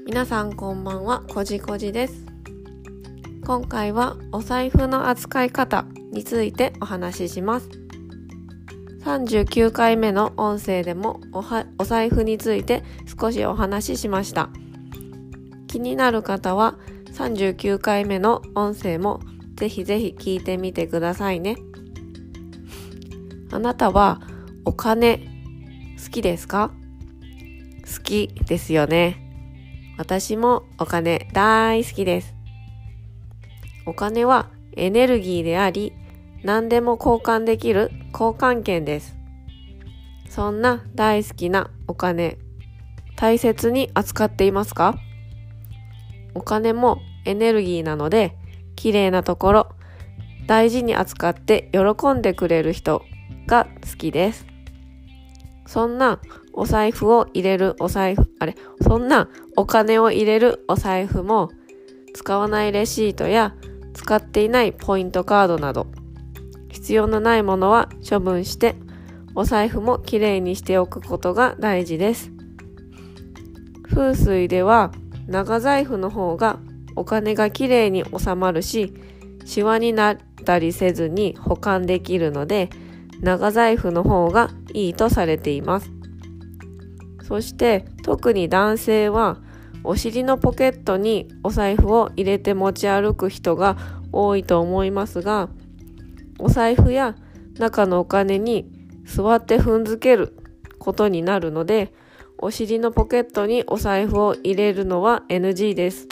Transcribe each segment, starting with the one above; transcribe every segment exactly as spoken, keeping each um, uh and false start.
皆さんこんばんは、こじこじです。今回はお財布の扱い方についてお話しします。さんじゅうきゅうかいめの音声でも お, はお財布について少しお話ししました。気になる方はさんじゅうきゅうかいめの音声もぜひぜひ聞いてみてくださいね。あなたはお金好きですか？好きですよね。私もお金大好きです。お金はエネルギーであり、何でも交換できる交換券です。そんな大好きなお金、大切に扱っていますか？お金もエネルギーなので、綺麗なところ、大事に扱って喜んでくれる人が好きです。そんなお財布を入れるお財布、あれ、そんなお金を入れるお財布も、使わないレシートや使っていないポイントカードなど、必要のないものは処分して、お財布もきれいにしておくことが大事です。風水では、長財布の方がお金がきれいに収まるし、シワになったりせずに保管できるので、長財布の方がいいとされています。そして特に男性はお尻のポケットにお財布を入れて持ち歩く人が多いと思いますが、お財布や中のお金に座って踏んづけることになるので、お尻のポケットにお財布を入れるのは エヌジー です。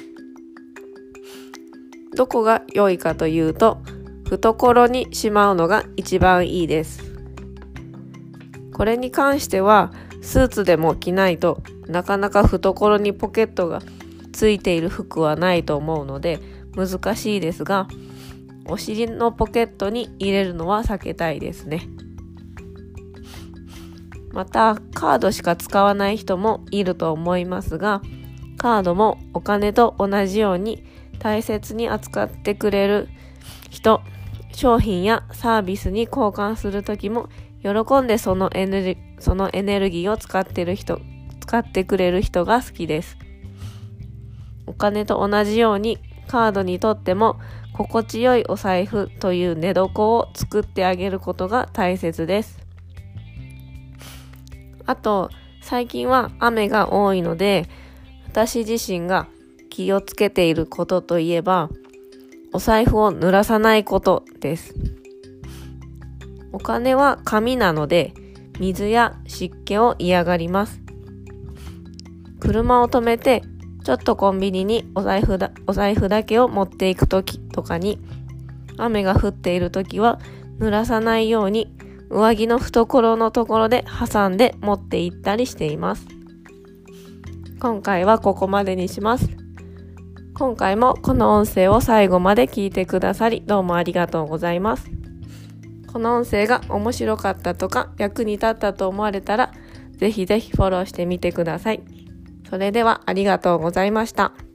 どこが良いかというと、懐にしまうのが一番いいです。これに関してはスーツでも着ないとなかなか懐にポケットがついている服はないと思うので難しいですが、お尻のポケットに入れるのは避けたいですね。またカードしか使わない人もいると思いますが、カードもお金と同じように大切に扱ってくれる人、商品やサービスに交換するときも喜んでそのエネル、そのエネルギーを使ってる人、使ってくれる人が好きです。お金と同じようにカードにとっても心地よいお財布という寝床を作ってあげることが大切です。あと、最近は雨が多いので、私自身が気をつけていることといえば、お財布を濡らさないことです。お金は紙なので、水や湿気を嫌がります。車を止めて、ちょっとコンビニにお財布だ、お財布だけを持っていくときとかに、雨が降っているときは濡らさないように、上着の懐のところで挟んで持って行ったりしています。今回はここまでにします。今回もこの音声を最後まで聞いてくださりどうもありがとうございます。この音声が面白かったとか役に立ったと思われたらぜひぜひフォローしてみてください。それではありがとうございました。